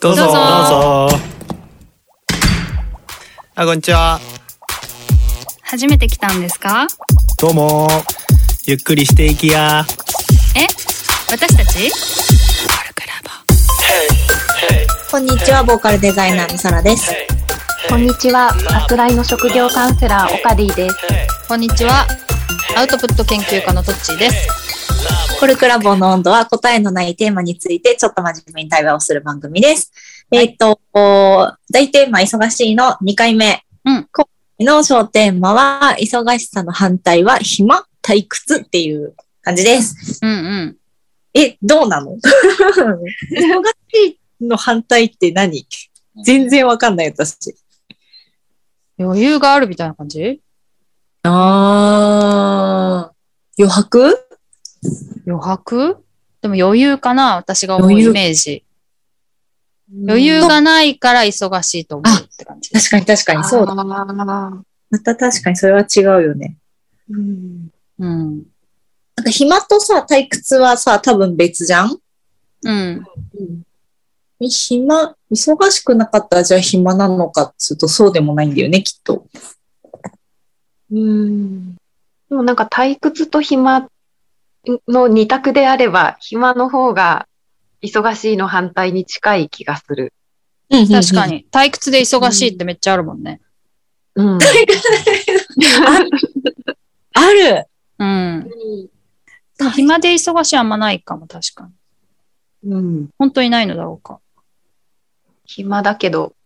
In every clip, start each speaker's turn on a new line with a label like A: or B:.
A: どうぞ。あ、こんにちは。
B: 初めて来たんですか？
A: どうも。ゆっくりしていきや。
B: 私たち？
C: こんにちは、ボーカルデザイナーのサラです。
D: こんにちは、さすらいの職業カウンセラーオカディです。
B: こんにちは、アウトプット研究家のトッチーです。
C: コルクラボの温度は答えのないテーマについてちょっと真面目に対話をする番組です。大テーマ忙しいの2回目。今回の小テーマは忙しさの反対は暇、退屈っていう感じです。どうなの？忙しいの反対って何？全然わかんない私。
B: 余裕があるみたいな感じ？
C: 余白
B: でも余裕かな、私が思うイメージ。余裕がないから忙しいと思うって感じ。
C: 確かにそうだ。また確かにそれは違うよね。なんか暇とさ、退屈はさ、多分別じゃん？忙しくなかったらじゃあ暇なのかっていうとそうでもないんだよね、きっと。
D: でもなんか退屈と暇の二択であれば、暇の方が忙しいの反対に近い気がする。
B: 確かに。退屈で忙しいってめっちゃあるもんね。
C: ある。
B: 暇で忙しいあんまないかも、確かに。本当にないのだろうか。
D: 暇だけど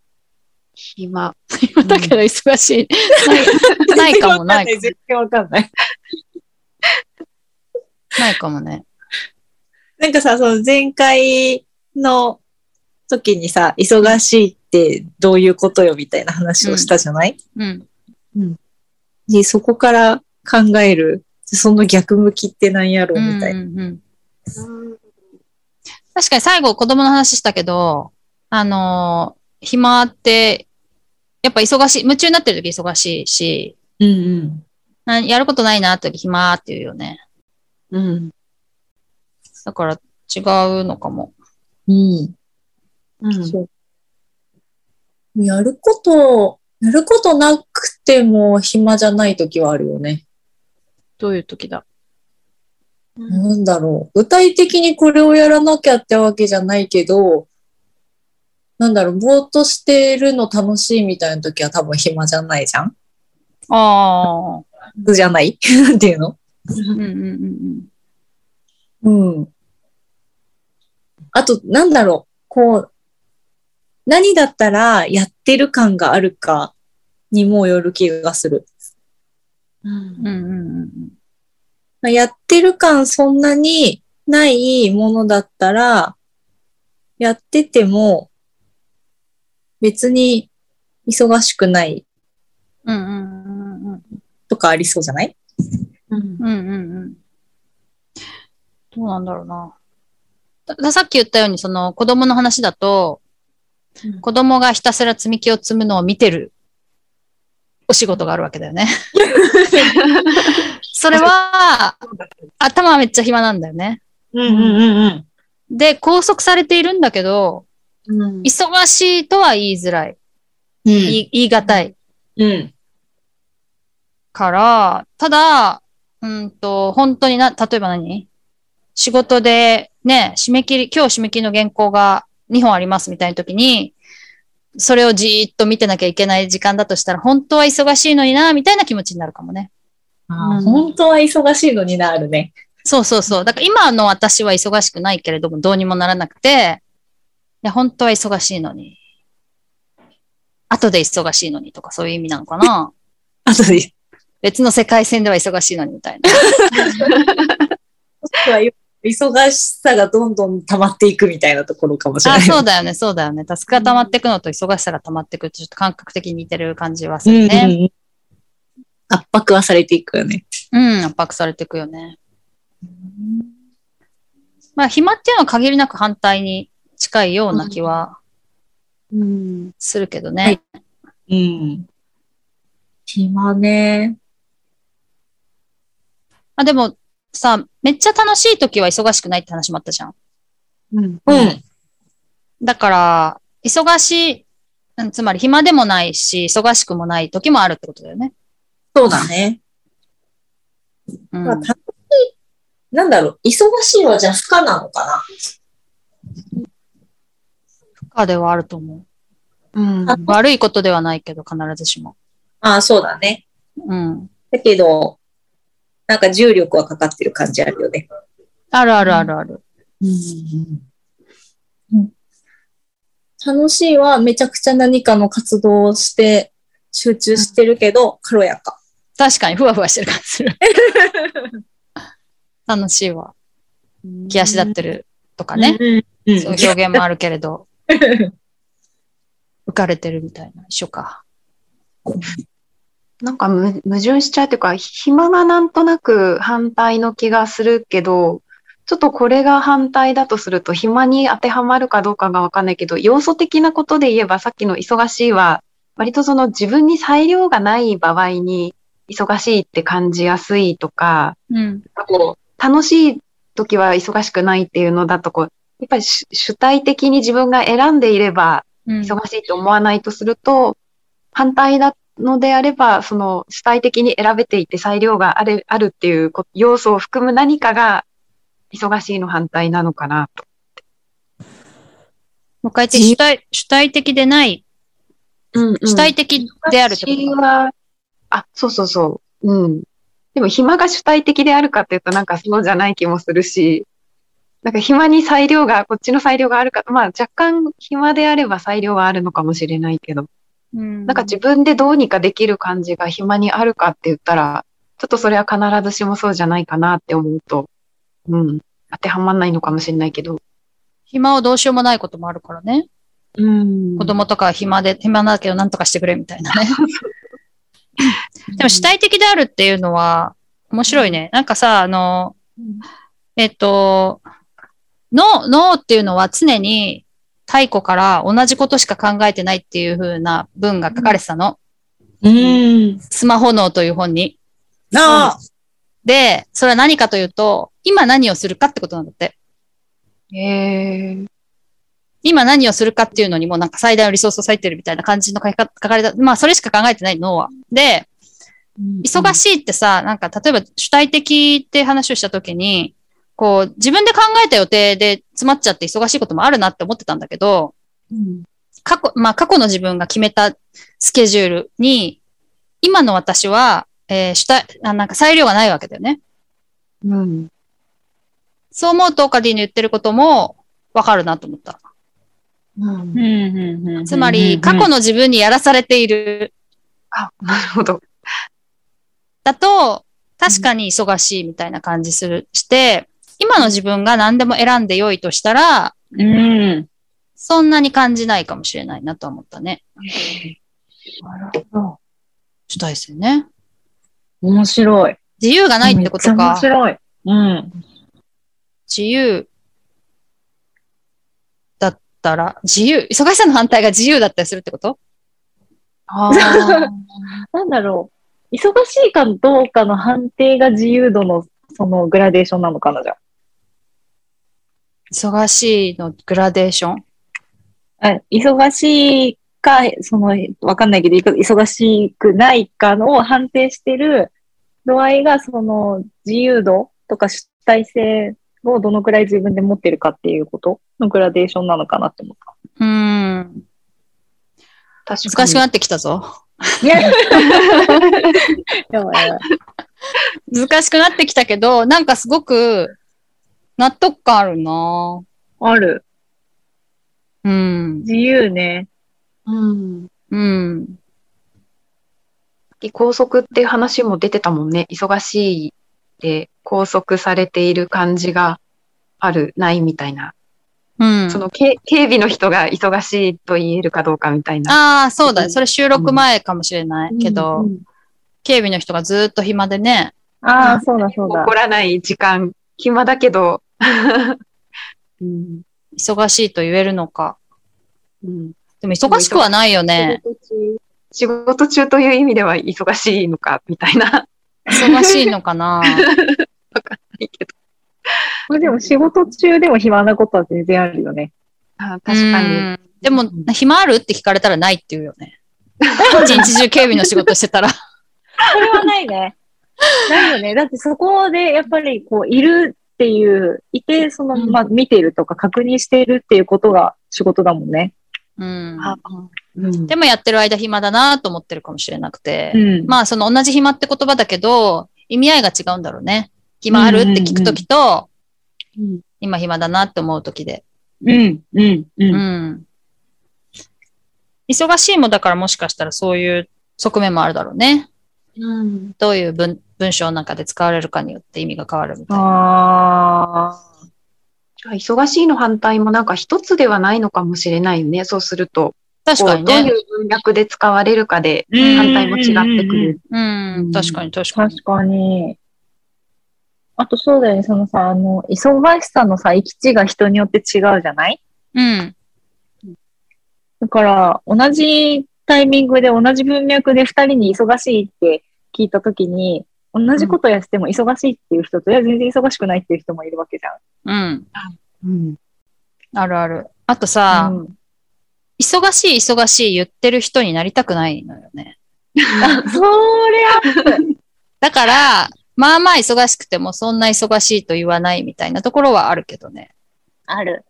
B: 忙しい。ないかも、ないかも。
C: 全然わかんない。
B: ないかもね。
C: なんかさ、その前回の時にさ、忙しいってどういうことよみたいな話をしたじゃない？で、そこから考える、その逆向きって何やろうみたいな。
B: 確かに最後子供の話したけど、暇って、やっぱ忙しい、夢中になってる時忙しいし、やることないなって時暇っていうよね。だから違うのかも。
C: やることなくても暇じゃない時はあるよね。
B: どういう時だ？
C: なんだろう。具体的にこれをやらなきゃってわけじゃないけど、なんだろう、ぼーっとしてるの楽しいみたいな時は多分暇じゃないじゃん？じゃないなんていうの？あと、なんだろう、何だったらやってる感があるかにもよる気がする。やってる感そんなにないものだったら、やってても別に忙しくないとかありそうじゃない？
B: どうなんだろうな。さっき言ったように、その子供の話だと、子供がひたすら積み木を積むのを見てるお仕事があるわけだよね。それは、頭はめっちゃ暇なんだよね。で、拘束されているんだけど、忙しいとは言いづらい。言い難い。から、ただ、本当に例えば仕事でね、今日締め切りの原稿が2本ありますみたいな時に、それをじーっと見てなきゃいけない時間だとしたら、本当は忙しいのにな、みたいな気持ちになるかもね。
C: 本当は忙しいのになるね。
B: そう。だから今の私は忙しくないけれども、どうにもならなくて、本当は忙しいのに。後で忙しいのにとかそういう意味なのかな。
C: 後で。
B: 別の世界線では忙しいのにみたいな。
C: 忙しさがどんどん溜まっていくみたいなところかもしれない。
B: そうだよね。タスクが溜まっていくのと忙しさが溜まっていくとちょっと感覚的に似てる感じはするね。
C: 圧迫はされていくよね。
B: 圧迫されていくよね。まあ、暇っていうのは限りなく反対に近いような気はするけどね。
C: 暇ね。
B: でもさ、めっちゃ楽しい時は忙しくないって話もあったじゃん。 だから、忙しい、つまり暇でもないし、忙しくもない時もあるってことだよね。
C: そうだね。
B: うん、
C: まあ、楽しい、なんだろう、忙しいはじゃあ不可なのかな。
B: 不可ではあると思
D: うん。
B: う。悪いことではないけど、必ずしも。
C: ああ、そうだね。
B: うん。
C: だけど、なんか重力はかかってる感じあるよね。
B: あるあるあるある。
C: 楽しいはめちゃくちゃ何かの活動をして集中してるけど、軽やか。
B: 確かに、ふわふわしてる感じする。楽しいわ。気足立ってるとかね。そういう表現もあるけれど。浮かれてるみたいな。一緒か。
D: なんか矛盾しちゃうというか、暇がなんとなく反対の気がするけど、ちょっとこれが反対だとすると、暇に当てはまるかどうかがわかんないけど、要素的なことで言えば、さっきの忙しいは、割とその自分に裁量がない場合に、忙しいって感じやすいとか、こう楽しい時は忙しくないっていうのだと、こう、やっぱり主体的に自分が選んでいれば、忙しいと思わないとすると、反対だのであれば、その主体的に選べていて裁量があるっていう要素を含む何かが忙しいの反対なのかなと。
B: もう一回言って、主体的でない、主体的であるってことか。
D: そうそうそう。うん。でも暇が主体的であるかっていうとなんかそうじゃない気もするし、なんか暇に裁量が、こっちの裁量があるか、まあ若干暇であれば裁量はあるのかもしれないけど、なんか自分でどうにかできる感じが暇にあるかって言ったら、ちょっとそれは必ずしもそうじゃないかなって思うと、当てはまんないのかもしれないけど。
B: 暇をどうしようもないこともあるからね。子供とか暇だけど何とかしてくれみたいなね。でも主体的であるっていうのは面白いね。なんかさ、ノーっていうのは常に太古から同じことしか考えてないっていう風な文が書かれてたの。スマホ脳という本に。で、それは何かというと、今何をするかってことなんだって。今何をするかっていうのにもなんか最大のリソースを割いてるみたいな感じの書かれた。まあそれしか考えてない脳は。で、忙しいってさ、なんか例えば主体的って話をしたときに、こう自分で考えた予定で詰まっちゃって忙しいこともあるなって思ってたんだけど、過去の自分が決めたスケジュールに、今の私は、なんか裁量がないわけだよね。そう思うとオカディの言ってることもわかるなと思った。つまり、過去の自分にやらされている。
D: なるほど。
B: だと、確かに忙しいみたいな感じして、今の自分が何でも選んで良いとしたら、そんなに感じないかもしれないなと思ったね。
C: なるほど。
B: 主体性ね。
C: 面白い。
B: 自由がないってことか。
C: 面白い。
B: 自由だったら、忙しさの反対が自由だったりするってこと？
C: なんだろう。忙しいかどうかの判定が自由度のそのグラデーションなのかな、じゃあ。
B: 忙しいのグラデーション？
C: 忙しいか、わかんないけど、忙しくないかを判定してる度合いが、その自由度とか主体性をどのくらい自分で持ってるかっていうことのグラデーションなのかなって思った。
B: 難しくなってきたぞ。難しくなってきたけど、なんかすごく納得感あるな。
C: ある。
B: 自
C: 由ね。
D: 拘束っていう話も出てたもんね。忙しいで拘束されている感じがある、ないみたいな。その警備の人が忙しいと言えるかどうかみたいな。
B: そうだ。それ収録前かもしれないけど、警備の人がずっと暇でね。
C: そうだそうだ。
D: 怒らない時間、暇だけど、
B: 忙しいと言えるのか。でも忙しくはないよね。
D: 仕事中という意味では忙しいのか、みたいな。
B: 忙しいのかな。
D: わかんないけど。
C: でも仕事中でも暇なことは全然あるよね。
D: 確かに。
B: でも、暇あるって聞かれたらないって言うよね。一日中警備の仕事してたら。
C: それはないね。ないよね。だってそこでやっぱりこう、いるっていう、いて、まあ、見てるとか確認しているっていうことが仕事だもんね。
B: でもやってる間暇だなと思ってるかもしれなくて。まあ、その同じ暇って言葉だけど、意味合いが違うんだろうね。暇あるって聞くときと、今暇だなって思うときで。忙しいもだからもしかしたらそういう側面もあるだろうね。どういう文章の中で使われるかによって意味が変わるみたいな。
D: じゃあ忙しいの反対もなんか一つではないのかもしれないよね。そうすると。
B: 確かにね。
D: どういう文脈で使われるかで反対も違ってくる。
B: 確かに確かに。
C: 確かに。あとそうだよね、そのさ、忙しさのさ、行き地が人によって違うじゃない？だから、同じタイミングで同じ文脈で二人に忙しいって聞いたときに、同じことやっても忙しいっていう人と、いや、全然忙しくないっていう人もいるわけじゃん。
B: あるある。あとさ、忙しい言ってる人になりたくないのよね。
C: それある。
B: だから、まあまあ忙しくてもそんな忙しいと言わないみたいなところはあるけどね。
C: ある。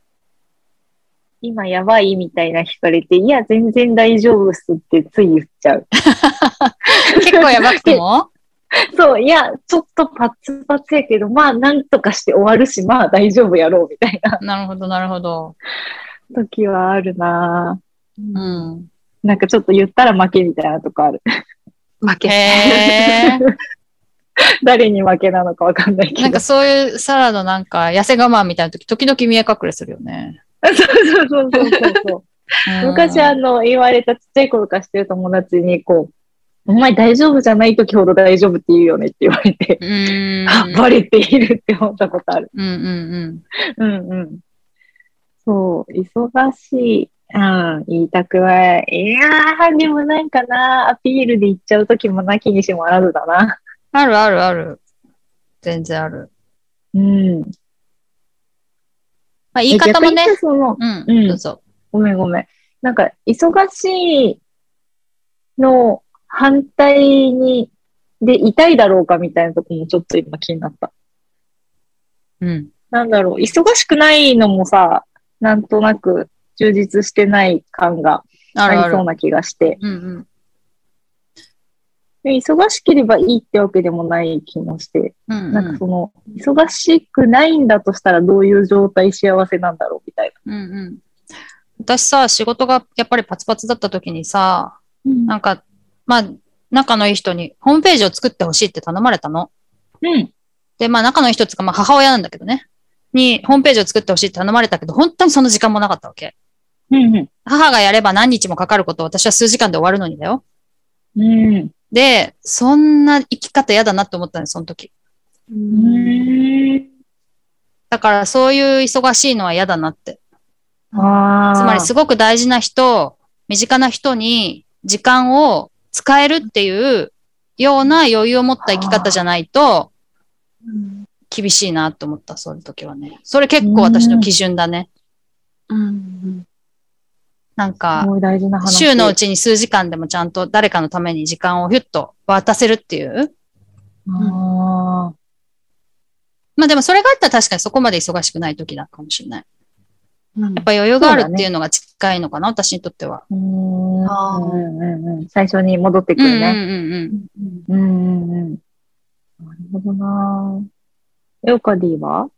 C: 今やばいみたいな人がいて、いや、全然大丈夫っすってつい言っちゃう。
B: 結構やばくても
C: そう、いや、ちょっとパツパツやけど、まあ、なんとかして終わるし、まあ大丈夫やろうみたいな。
B: なるほど、なるほど。
C: 時はあるなぁ。なんかちょっと言ったら負けみたいなとこある。
D: 負け。
C: 誰に負けなのかわかんないけど。
B: なんかそういうサラのなんか痩せ我慢みたいな時、時々見え隠れするよね。
C: そう。昔言われたちっちゃい頃からしてる友達に、こう、お前大丈夫じゃない時ほど大丈夫って言うよねって言われて、バレているって思ったことある。そう、忙しい。言いたくない。いやー、でもなんかな、アピールで言っちゃう時もなきにしもあらずだな。
B: あるあるある。全然ある。まあ、言い方もね。どうぞ。
C: ごめん。なんか、忙しいの反対でいたいだろうかみたいなとこもちょっと今気になった。なんだろう、忙しくないのもさ、なんとなく充実してない感がありそうな気がして。忙しければいいってわけでもない気もして、なんか忙しくないんだとしたらどういう状態幸せなんだろうみたいな。
B: 私さ、仕事がやっぱりパツパツだった時にさ、なんか、まあ、仲のいい人にホームページを作ってほしいって頼まれたの。で、まあ仲のいい人っていうか、まあ母親なんだけどね。に、ホームページを作ってほしいって頼まれたけど、本当にその時間もなかったわけ。母がやれば何日もかかることを私は数時間で終わるのにだよ。で、そんな生き方嫌だなって思ったね、その時。だからそういう忙しいのは嫌だなって。つまりすごく大事な人、身近な人に時間を使えるっていうような余裕を持った生き方じゃないと厳しいなと思った、そういう時はね。それ結構私の基準だね。なんか、週のうちに数時間でもちゃんと誰かのために時間をヒュッと渡せるっていう。まあでもそれがあったら確かにそこまで忙しくない時だかもしれない。やっぱ余裕があるっていうのが近いのかな、私にとっては。
C: 最初に戻ってくるね。なるほどな。エオカディは？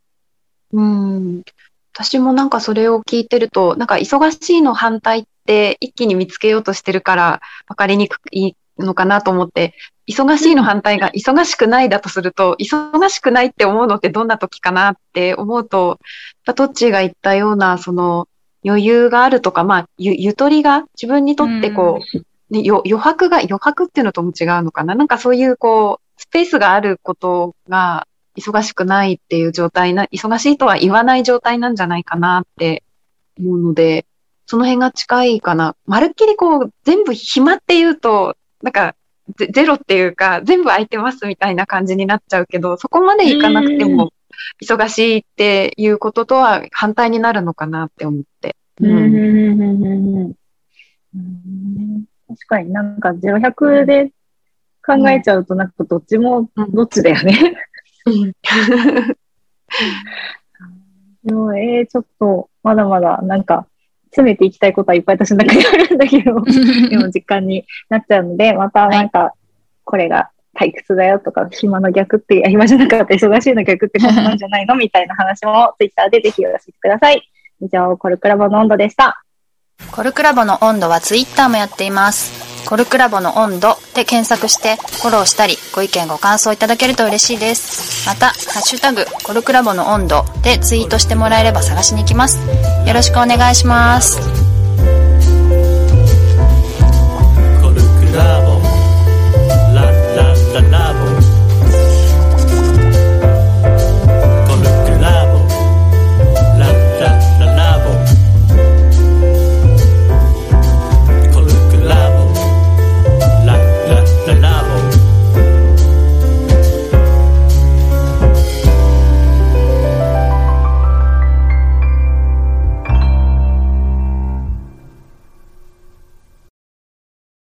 D: 私もなんかそれを聞いてると、なんか忙しいの反対って一気に見つけようとしてるから分かりにくいのかなと思って、忙しいの反対が忙しくないだとすると、忙しくないって思うのってどんな時かなって思うと、トッチーが言ったような、その余裕があるとか、まあ、ゆとりが自分にとってこう、余白っていうのとも違うのかな。なんかそういうこう、スペースがあることが忙しくないっていう状態忙しいとは言わない状態なんじゃないかなって思うので、その辺が近いかな。まるっきりこう、全部暇って言うと、なんか、ゼロっていうか、全部空いてますみたいな感じになっちゃうけど、そこまでいかなくても忙しいっていうこととは反対になるのかなって思って。
C: 確かになんか0、100で考えちゃうとなんかどっちもどっちだよね。でもちょっとまだまだなんか詰めていきたいことはいっぱい私の中にあるんだけど、でも時間になっちゃうので、またなんかこれが退屈だよとか、暇の逆って、暇じゃなかった忙しいの逆ってこんなんじゃないのみたいな話もツイッターでぜひお寄せください。以上、コルクラボの温度でした。
B: コルクラボの温度はツイッターもやっています。コルクラボの温度で検索してフォローしたり、ご意見ご感想いただけると嬉しいです。また、ハッシュタグコルクラボの温度でツイートしてもらえれば探しに行きます。よろしくお願いします。
A: コルクラボララララ